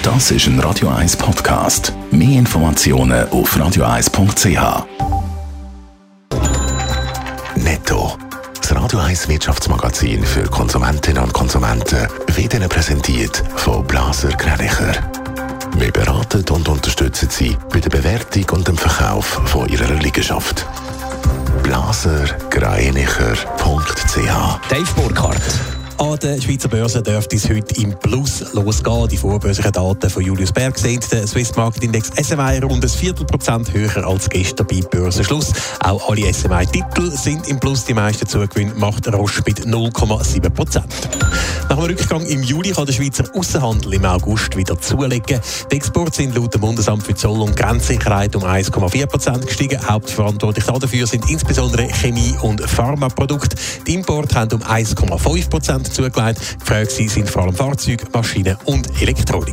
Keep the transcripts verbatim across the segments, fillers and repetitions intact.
Das ist ein Radio eins Podcast. Mehr Informationen auf radio eins punkt c h. Netto. Das Radio eins Wirtschaftsmagazin für Konsumentinnen und Konsumenten wird Ihnen präsentiert von Blaser Greinicher. Wir beraten und unterstützen Sie bei der Bewertung und dem Verkauf von Ihrer Liegenschaft. blaser greinicher punkt c h. Dave Burkhardt. An der Schweizer Börse dürfte es heute im Plus losgehen. Die vorbörslichen Daten von Julius Berg sehen den Swiss Market Index S M I rund ein Viertelprozent höher als gestern bei Börsenschluss. Auch alle S M I-Titel sind im Plus. Die meisten Zugewinne macht Roche mit null Komma sieben Prozent. Nach dem Rückgang im Juli kann der Schweizer Aussenhandel im August wieder zulegen. Die Exporte sind laut dem Bundesamt für Zoll- und Grenzsicherheit um eins Komma vier Prozent gestiegen. Hauptverantwortlich dafür sind insbesondere Chemie- und Pharmaprodukte. Die Importe haben um eins Komma fünf Prozent zugelegt. Gefragt sind vor allem Fahrzeuge, Maschinen und Elektronik.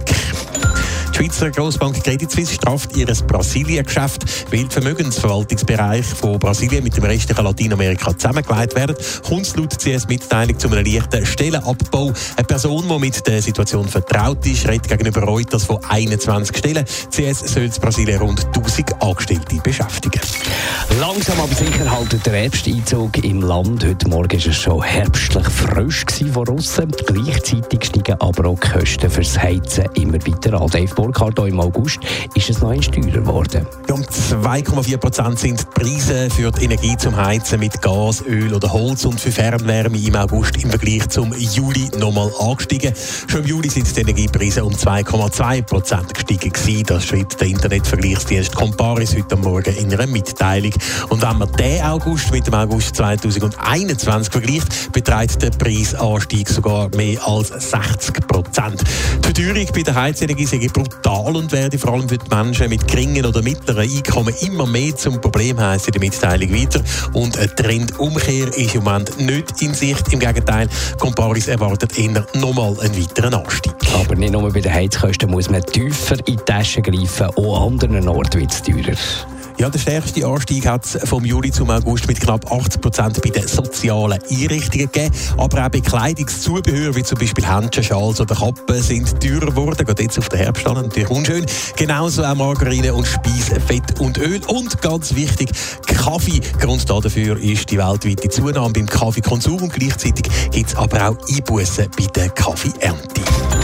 Die Schweizer Grossbank Credit Suisse straft ihr Brasilien-Geschäft, weil der Vermögensverwaltungsbereich von Brasilien mit dem restlichen Lateinamerika zusammengelegt werden. Kommt es laut C S-Mitteilung zu einem leichten Stellenabbau. Eine Person, die mit der Situation vertraut ist, redet gegenüber Reuters von einundzwanzig Stellen. C S soll in Brasilien rund tausend Angestellte beschäftigen. Langsam aber sicher haltet der Herbsteinzug im Land. Heute Morgen war es schon herbstlich frisch von aussen. Gleichzeitig steigen aber auch die Kosten fürs Heizen immer weiter an. Dave Burkhardt, im August ist es noch ein teurer geworden. Um zwei Komma vier Prozent sind die Preise für die Energie zum Heizen mit Gas, Öl oder Holz und für Fernwärme im August im Vergleich zum Juli nochmal angestiegen. Schon im Juli sind die Energiepreise um zwei Komma zwei Prozent gestiegen gewesen. Das schreibt der Internetvergleichsdienst Comparis heute Morgen in einer Mitteilung. Und wenn man den August mit dem August zweitausendeinundzwanzig vergleicht, beträgt der Preisanstieg sogar mehr als sechzig Prozent. Die Verteuerung bei der Heizenergie sei brutal und werde vor allem für die Menschen mit geringen oder mittleren Einkommen immer mehr zum Problem, heisst in der Mitteilung weiter. Und eine Trendumkehr ist im Moment nicht in Sicht. Im Gegenteil, Comparis erwartet eher nochmal einen weiteren Anstieg. Aber nicht nur bei den Heizkosten muss man tiefer in die Tasche greifen, auch an anderen Orten wird es teurer. Ja, der stärkste Anstieg hat es vom Juli zum August mit knapp achtzig Prozent bei den sozialen Einrichtungen gegeben. Aber auch bei Kleidungszubehör, wie zum Beispiel Händchen, Schals oder Kappen, sind teurer geworden. Geht jetzt auf den Herbst an, natürlich unschön. Genauso auch Margarine und Speise, Fett und Öl. Und ganz wichtig, Kaffee. Grund dafür ist die weltweite Zunahme beim Kaffeekonsum. Und gleichzeitig gibt es aber auch Einbussen bei der Kaffeeernte.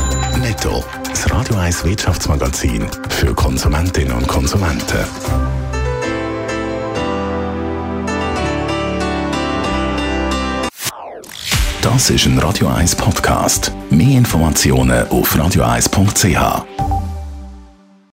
Netto, das Radio eins Wirtschaftsmagazin für Konsumentinnen und Konsumenten. Das ist ein Radio eins Podcast. Mehr Informationen auf radio eins punkt c h.